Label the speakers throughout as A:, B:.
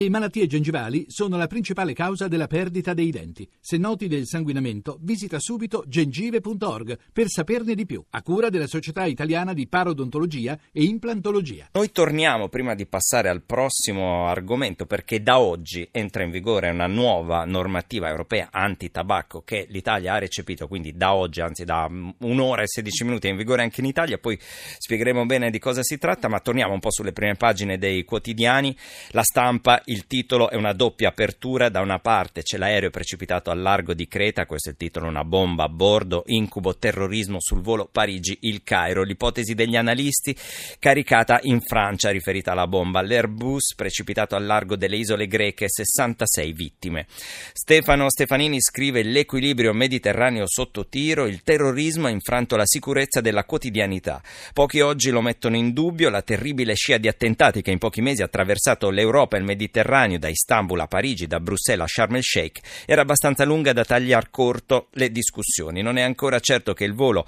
A: Le malattie gengivali sono la principale causa della perdita dei denti. Se noti del sanguinamento, visita subito gengive.org per saperne di più, a cura della Società Italiana di Parodontologia e Implantologia.
B: Noi torniamo prima di passare al prossimo argomento, perché da oggi entra in vigore una nuova normativa europea antitabacco che l'Italia ha recepito, quindi da oggi, anzi da un'ora e 16 minuti è in vigore anche in Italia. Poi spiegheremo bene di cosa si tratta, ma torniamo un po' sulle prime pagine dei quotidiani. La Stampa, il titolo è una doppia apertura: da una parte c'è l'aereo precipitato al largo di Creta, questo è il titolo, una bomba a bordo, incubo terrorismo sul volo Parigi-Il Cairo, l'ipotesi degli analisti caricata in Francia riferita alla bomba, l'Airbus precipitato al largo delle isole greche, 66 vittime. Stefano Stefanini scrive: l'equilibrio mediterraneo sotto tiro, il terrorismo ha infranto la sicurezza della quotidianità. Pochi oggi lo mettono in dubbio, la terribile scia di attentati che in pochi mesi ha attraversato l'Europa e il Mediterraneo, da Istanbul a Parigi, da Bruxelles a Sharm el Sheikh, era abbastanza lunga da tagliar corto le discussioni. Non è ancora certo che il volo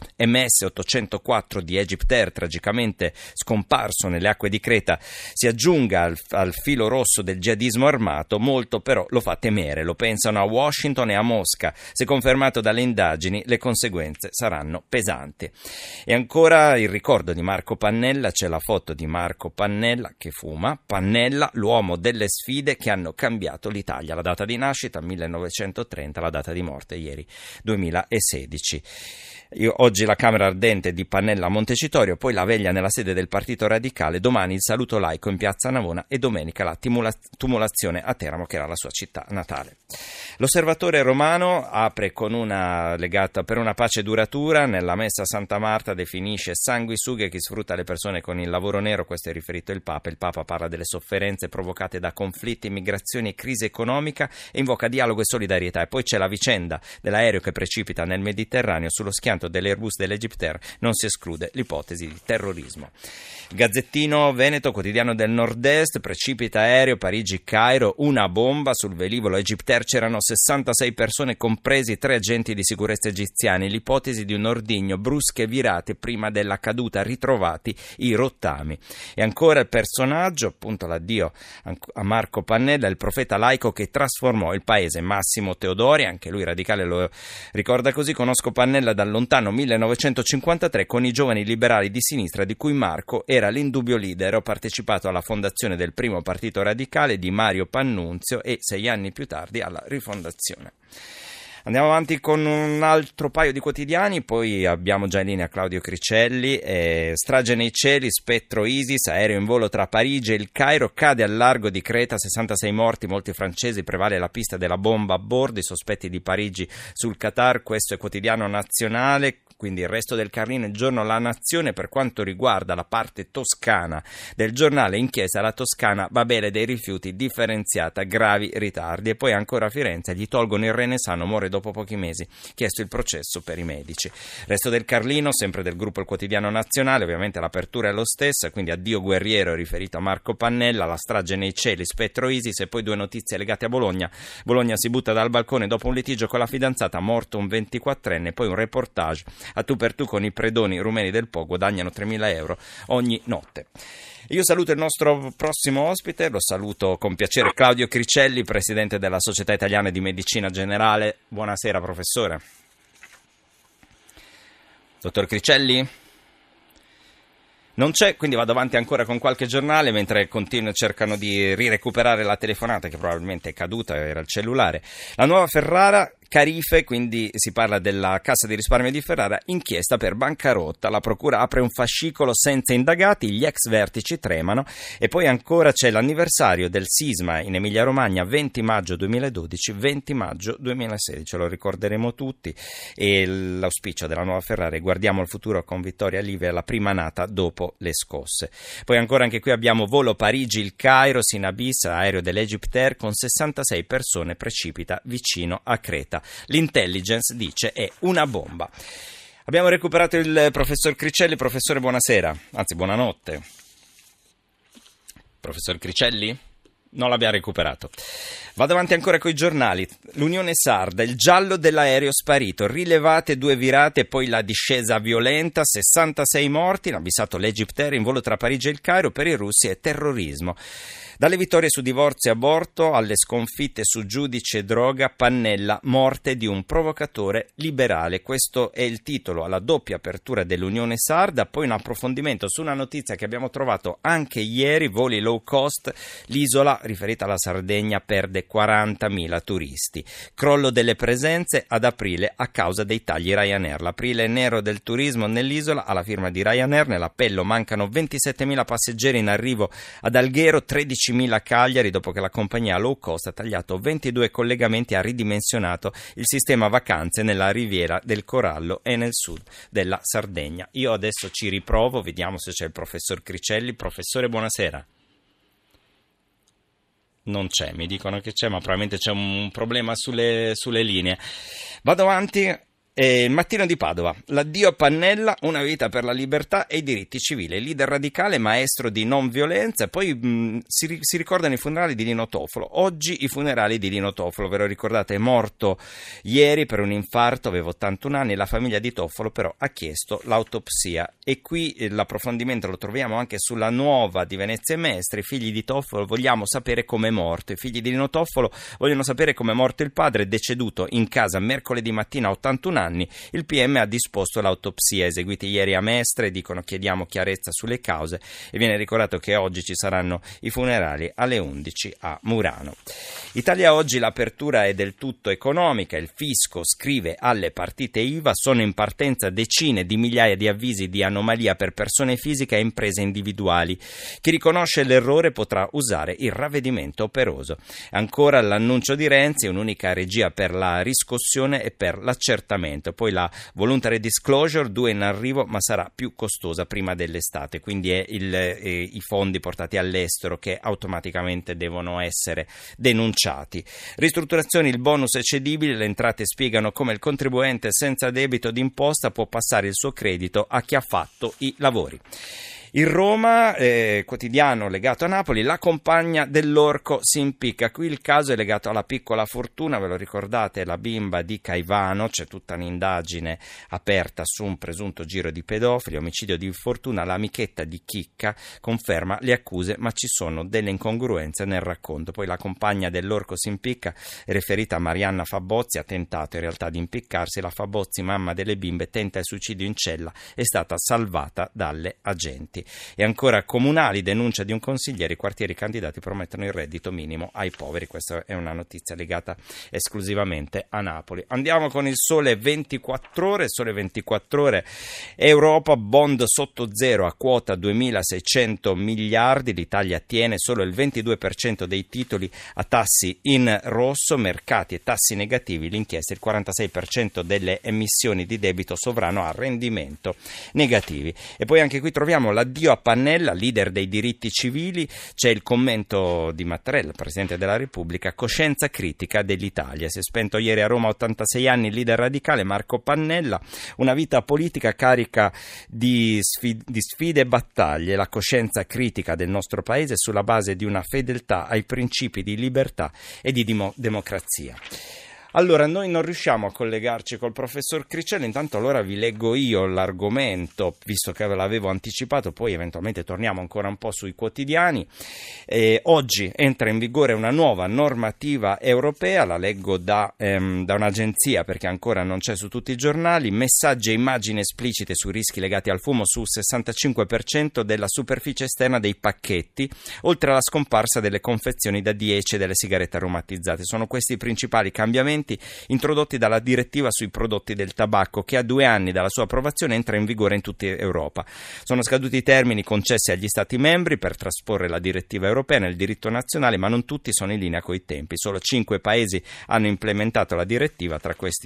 B: MS-804 di Egyptair, tragicamente scomparso nelle acque di Creta, si aggiunga al filo rosso del jihadismo armato. Molto però lo fa temere, lo pensano a Washington e a Mosca. Se confermato dalle indagini, le conseguenze saranno pesanti. E ancora il ricordo di Marco Pannella, c'è la foto di Marco Pannella che fuma. Pannella, l'uomo delle sfide che hanno cambiato l'Italia. La data di nascita 1930, la data di morte ieri 2016. Oggi la Camera ardente di Pannella a Montecitorio, poi la veglia nella sede del Partito Radicale, domani il saluto laico in piazza Navona e domenica la tumulazione a Teramo, che era la sua città natale. L'Osservatore Romano apre con una legata per una pace duratura. Nella messa Santa Marta definisce sanguisughe chi sfrutta le persone con il lavoro nero, questo è riferito il Papa. Il Papa parla delle sofferenze provocate da conflitti, migrazioni e crisi economica e invoca dialogo e solidarietà. E poi c'è la vicenda dell'aereo che precipita nel Mediterraneo sullo schianto dell'Airbus dell'Egyptair, non si esclude l'ipotesi di terrorismo. Il Gazzettino Veneto, quotidiano del Nord-Est, precipita aereo Parigi-Cairo, una bomba sul velivolo Egyptair, c'erano 66 persone compresi 3 agenti di sicurezza egiziani, l'ipotesi di un ordigno, brusche virate prima della caduta, ritrovati i rottami. E ancora il personaggio, appunto l'addio a Marco Pannella, il profeta laico che trasformò il paese, Massimo Teodori, anche lui radicale lo ricorda così: conosco Pannella dal lontano 1953 con i giovani liberali di sinistra di cui Marco era l'indubbio leader. Ho partecipato alla fondazione del primo partito radicale di Mario Pannunzio e 6 anni più tardi alla rifondazione. Andiamo avanti con un altro paio di quotidiani, poi abbiamo già in linea Claudio Cricelli. Strage nei cieli, spettro ISIS, aereo in volo tra Parigi e il Cairo, cade al largo di Creta, 66 morti, molti francesi, prevale la pista della bomba a bordo, i sospetti di Parigi sul Qatar. Questo è quotidiano nazionale. Quindi il resto del Carlino, il giorno La Nazione. Per quanto riguarda la parte toscana del giornale, inchiesta la Toscana, Babele dei rifiuti, differenziata, gravi ritardi. E poi ancora a Firenze, gli tolgono il Renesano, muore dopo pochi mesi, chiesto il processo per i medici. Resto del Carlino, sempre del gruppo Il Quotidiano Nazionale, ovviamente l'apertura è lo stessa, quindi addio guerriero riferito a Marco Pannella, la strage nei cieli, spettro ISIS. E poi 2 notizie legate a Bologna. Bologna si butta dal balcone dopo un litigio con la fidanzata, morto un 24enne. Poi un reportage a tu per tu con i predoni rumeni del Po, guadagnano 3.000 euro ogni notte. Io saluto il nostro prossimo ospite, lo saluto con piacere, Claudio Cricelli, presidente della Società Italiana di Medicina Generale. Buonasera professore. Dottor Cricelli? Non c'è, quindi vado avanti ancora con qualche giornale mentre cercano di rirecuperare la telefonata che probabilmente è caduta, era il cellulare. La nuova Ferrara, Carife, quindi si parla della Cassa di risparmio di Ferrara, inchiesta per bancarotta. La procura apre un fascicolo senza indagati, gli ex vertici tremano. E poi ancora c'è l'anniversario del sisma in Emilia-Romagna, 20 maggio 2012, 20 maggio 2016, lo ricorderemo tutti. E l'auspicio della nuova Ferrari: guardiamo il futuro con Vittoria Live, la prima nata dopo le scosse. Poi ancora anche qui abbiamo volo Parigi-Il Cairo, Sinabis, aereo dell'Egyptair con 66 persone, precipita vicino a Creta. L'intelligence dice è una bomba. Abbiamo recuperato il professor Cricelli. Professore, buonasera, anzi buonanotte. Professor Cricelli? Non l'abbiamo recuperato. Vado avanti ancora con i giornali. L'Unione Sarda, il giallo dell'aereo sparito, rilevate 2 virate e poi la discesa violenta, 66 morti, l'avvisato l'Egypt Air in volo tra Parigi e il Cairo, per i russi è terrorismo. Dalle vittorie su divorzio e aborto alle sconfitte su giudice e droga, Pannella, morte di un provocatore liberale. Questo è il titolo alla doppia apertura dell'Unione Sarda, poi un approfondimento su una notizia che abbiamo trovato anche ieri, voli low cost, l'isola riferita alla Sardegna perde 40.000 turisti. Crollo delle presenze ad aprile a causa dei tagli Ryanair. L'aprile nero del turismo nell'isola alla firma di Ryanair, nell'appello mancano 27.000 passeggeri in arrivo ad Alghero, 13.000 a Cagliari, dopo che la compagnia low cost ha tagliato 22 collegamenti e ha ridimensionato il sistema vacanze nella riviera del Corallo e nel sud della Sardegna. Io adesso ci riprovo, vediamo se c'è il professor Cricelli. Professore, buonasera. Non c'è, mi dicono che c'è, ma probabilmente c'è un problema sulle linee. Vado avanti. Il Mattino di Padova, l'addio a Pannella, una vita per la libertà e i diritti civili, leader radicale, maestro di non violenza. Poi si ricordano i funerali di Lino Toffolo. Oggi i funerali di Lino Toffolo, ve lo ricordate, è morto ieri per un infarto, aveva 81 anni, la famiglia di Toffolo però ha chiesto l'autopsia e qui l'approfondimento lo troviamo anche sulla Nuova di Venezia e Mestre. I figli di Toffolo vogliamo sapere com'è morto, i figli di Lino Toffolo vogliono sapere com'è morto il padre, deceduto in casa mercoledì mattina a 81 anni. Il PM ha disposto l'autopsia eseguita ieri a Mestre, dicono chiediamo chiarezza sulle cause e viene ricordato che oggi ci saranno i funerali alle 11 a Murano. Italia Oggi, l'apertura è del tutto economica, il fisco scrive alle partite IVA, sono in partenza decine di migliaia di avvisi di anomalia per persone fisiche e imprese individuali. Chi riconosce l'errore potrà usare il ravvedimento operoso. Ancora l'annuncio di Renzi, un'unica regia per la riscossione e per l'accertamento. Poi la voluntary disclosure, 2 in arrivo, ma sarà più costosa prima dell'estate, quindi è i fondi portati all'estero che automaticamente devono essere denunciati. Ristrutturazioni, il bonus è cedibile, le entrate spiegano come il contribuente senza debito d'imposta può passare il suo credito a chi ha fatto i lavori. Il Roma, quotidiano legato a Napoli, la compagna dell'orco si impicca. Qui il caso è legato alla piccola Fortuna, ve lo ricordate, la bimba di Caivano, c'è tutta un'indagine aperta su un presunto giro di pedofili, omicidio di Fortuna, l'amichetta di Chicca conferma le accuse ma ci sono delle incongruenze nel racconto. Poi la compagna dell'orco si impicca, è riferita a Marianna Fabbozzi, ha tentato in realtà di impiccarsi, la Fabbozzi, mamma delle bimbe, tenta il suicidio in cella, è stata salvata dalle agenti. E ancora comunali, denuncia di un consigliere, i quartieri candidati promettono il reddito minimo ai poveri. Questa è una notizia legata esclusivamente a Napoli. Andiamo con il Sole 24 Ore, Sole 24 Ore, Europa, bond sotto zero a quota 2.600 miliardi, l'Italia tiene solo il 22% dei titoli a tassi in rosso, mercati e tassi negativi, l'inchiesta il 46% delle emissioni di debito sovrano a rendimento negativi. E poi anche qui troviamo l'addio a Pannella, leader dei diritti civili, c'è il commento di Mattarella, Presidente della Repubblica, coscienza critica dell'Italia. Si è spento ieri a Roma, 86 anni, il leader radicale Marco Pannella, una vita politica carica di sfide e battaglie, la coscienza critica del nostro paese sulla base di una fedeltà ai principi di libertà e di democrazia. Allora, noi non riusciamo a collegarci col professor Cricelli, intanto allora vi leggo io l'argomento, visto che ve l'avevo anticipato, poi eventualmente torniamo ancora un po' sui quotidiani. Oggi entra in vigore una nuova normativa europea, la leggo da un'agenzia perché ancora non c'è su tutti i giornali, messaggi e immagini esplicite sui rischi legati al fumo sul 65% della superficie esterna dei pacchetti, oltre alla scomparsa delle confezioni da 10 delle sigarette aromatizzate. Sono questi i principali cambiamenti introdotti dalla direttiva sui prodotti del tabacco che a 2 anni dalla sua approvazione entra in vigore in tutta Europa. Sono scaduti i termini concessi agli Stati membri per trasporre la direttiva europea nel diritto nazionale, ma non tutti sono in linea coi tempi. Solo 5 paesi hanno implementato la direttiva, tra questi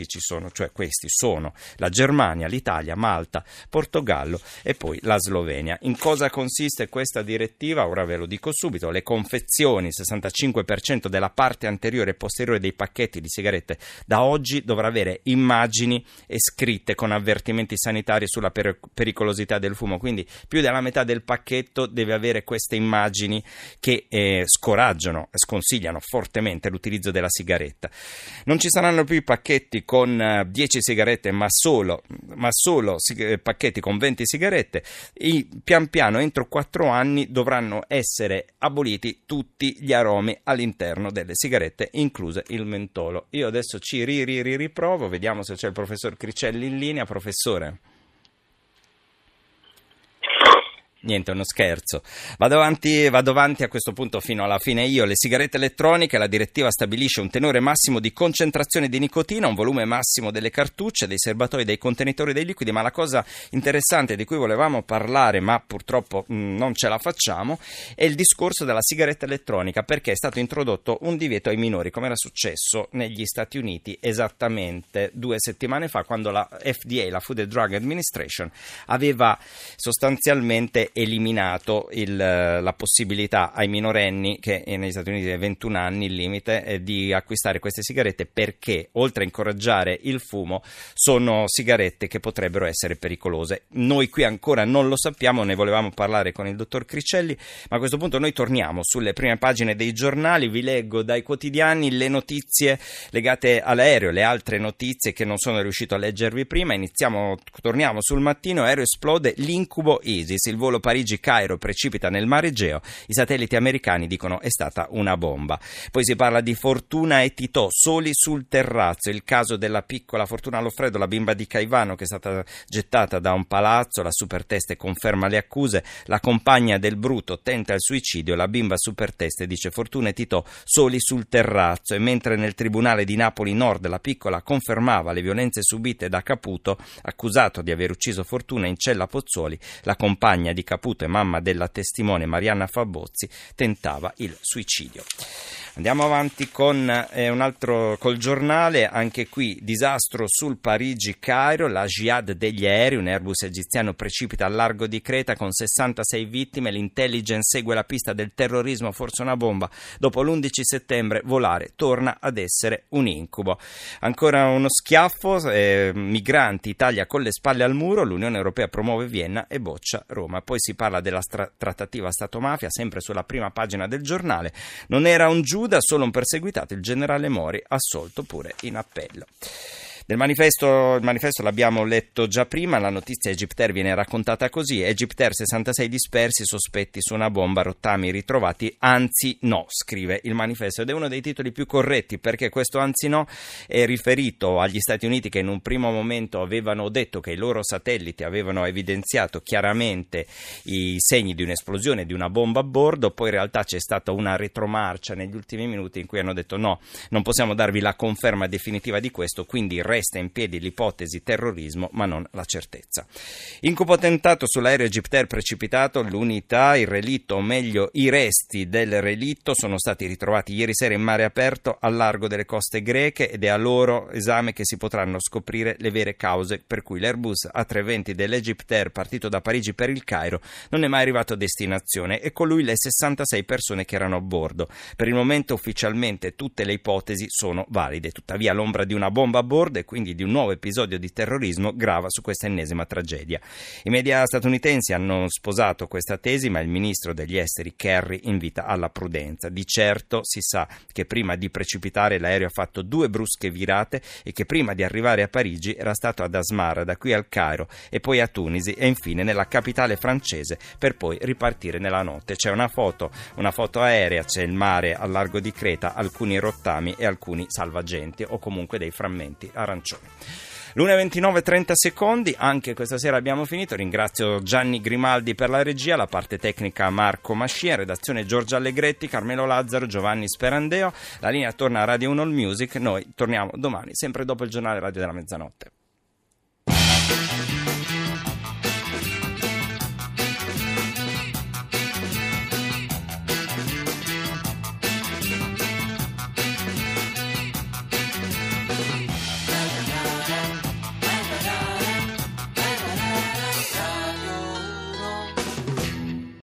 B: sono la Germania, l'Italia, Malta, Portogallo e poi la Slovenia. In cosa consiste questa direttiva? Ora ve lo dico subito. Le confezioni, 65% della parte anteriore e posteriore dei pacchetti di sigarette sigarette. Da oggi dovrà avere immagini scritte con avvertimenti sanitari sulla pericolosità del fumo, quindi più della metà del pacchetto deve avere queste immagini che sconsigliano fortemente l'utilizzo della sigaretta. Non ci saranno più i pacchetti con 10 sigarette, ma solo pacchetti con 20 sigarette. Pian piano, entro 4 anni, dovranno essere aboliti tutti gli aromi all'interno delle sigarette, incluse il mentolo. Io adesso ci riprovo, vediamo se c'è il professor Cricelli in linea. Professore? Niente, è uno scherzo. Vado avanti a questo punto fino alla fine io. Le sigarette elettroniche, la direttiva stabilisce un tenore massimo di concentrazione di nicotina, un volume massimo delle cartucce, dei serbatoi, dei contenitori dei liquidi, ma la cosa interessante di cui volevamo parlare, ma purtroppo non ce la facciamo, è il discorso della sigaretta elettronica, perché è stato introdotto un divieto ai minori, come era successo negli Stati Uniti esattamente 2 settimane fa, quando la FDA, la Food and Drug Administration, aveva sostanzialmente eliminato la possibilità ai minorenni, che negli Stati Uniti è 21 anni il limite, di acquistare queste sigarette, perché oltre a incoraggiare il fumo sono sigarette che potrebbero essere pericolose. Noi qui ancora non lo sappiamo, ne volevamo parlare con il dottor Cricelli, ma a questo punto noi torniamo sulle prime pagine dei giornali, vi leggo dai quotidiani le notizie legate all'aereo, le altre notizie che non sono riuscito a leggervi prima. Torniamo sul Mattino. Aereo esplode, l'incubo ISIS, il volo Parigi-Cairo precipita nel mare Egeo, i satelliti americani dicono è stata una bomba. Poi si parla di Fortuna e Titò soli sul terrazzo, il caso della piccola Fortuna Loffredo, la bimba di Caivano che è stata gettata da un palazzo, la Superteste conferma le accuse, la compagna del Bruto tenta il suicidio, la bimba Superteste dice Fortuna e Titò soli sul terrazzo. E mentre nel tribunale di Napoli Nord la piccola confermava le violenze subite da Caputo, accusato di aver ucciso Fortuna in cella a Pozzuoli, la compagna di Caputo e mamma della testimone Marianna Fabbozzi tentava il suicidio. Andiamo avanti con col giornale, anche qui disastro sul Parigi-Cairo, la jihad degli aerei, un Airbus egiziano precipita al largo di Creta con 66 vittime, l'intelligence segue la pista del terrorismo, forse una bomba, dopo l'11 settembre volare torna ad essere un incubo. Ancora uno schiaffo, migranti, Italia con le spalle al muro, l'Unione Europea promuove Vienna e boccia Roma. Poi si parla della trattativa Stato-mafia, sempre sulla prima pagina del giornale, non era un Giuda, solo un perseguitato, il generale Mori assolto pure in appello. Il manifesto l'abbiamo letto già prima, la notizia Egyptair viene raccontata così: Egyptair 66 dispersi, sospetti su una bomba, rottami ritrovati, anzi no, scrive il manifesto, ed è uno dei titoli più corretti, perché questo anzi no è riferito agli Stati Uniti, che in un primo momento avevano detto che i loro satelliti avevano evidenziato chiaramente i segni di un'esplosione di una bomba a bordo, poi in realtà c'è stata una retromarcia negli ultimi minuti in cui hanno detto no, non possiamo darvi la conferma definitiva di questo, quindi resta in piedi l'ipotesi terrorismo ma non la certezza. Incubo tentato sull'aereo Egyptair precipitato, l'unità, il relitto, o meglio i resti del relitto sono stati ritrovati ieri sera in mare aperto al largo delle coste greche, ed è a loro esame che si potranno scoprire le vere cause per cui l'Airbus A320 dell'Egyptair, partito da Parigi per il Cairo, non è mai arrivato a destinazione, e con lui le 66 persone che erano a bordo. Per il momento ufficialmente tutte le ipotesi sono valide, tuttavia l'ombra di una bomba a bordo e quindi di un nuovo episodio di terrorismo grava su questa ennesima tragedia. I media statunitensi hanno sposato questa tesi, ma il ministro degli esteri Kerry invita alla prudenza. Di certo si sa che prima di precipitare l'aereo ha fatto 2 brusche virate e che prima di arrivare a Parigi era stato ad Asmara, da qui al Cairo e poi a Tunisi e infine nella capitale francese, per poi ripartire nella notte. C'è una foto aerea, c'è il mare al largo di Creta, alcuni rottami e alcuni salvagenti o comunque dei frammenti arancioni. L'1:29 30 secondi, anche questa sera abbiamo finito. Ringrazio Gianni Grimaldi per la regia, la parte tecnica Marco Mascia, redazione Giorgio Allegretti, Carmelo Lazzaro, Giovanni Sperandeo. La linea torna a Radio 1 All Music, noi torniamo domani sempre dopo il giornale radio della mezzanotte.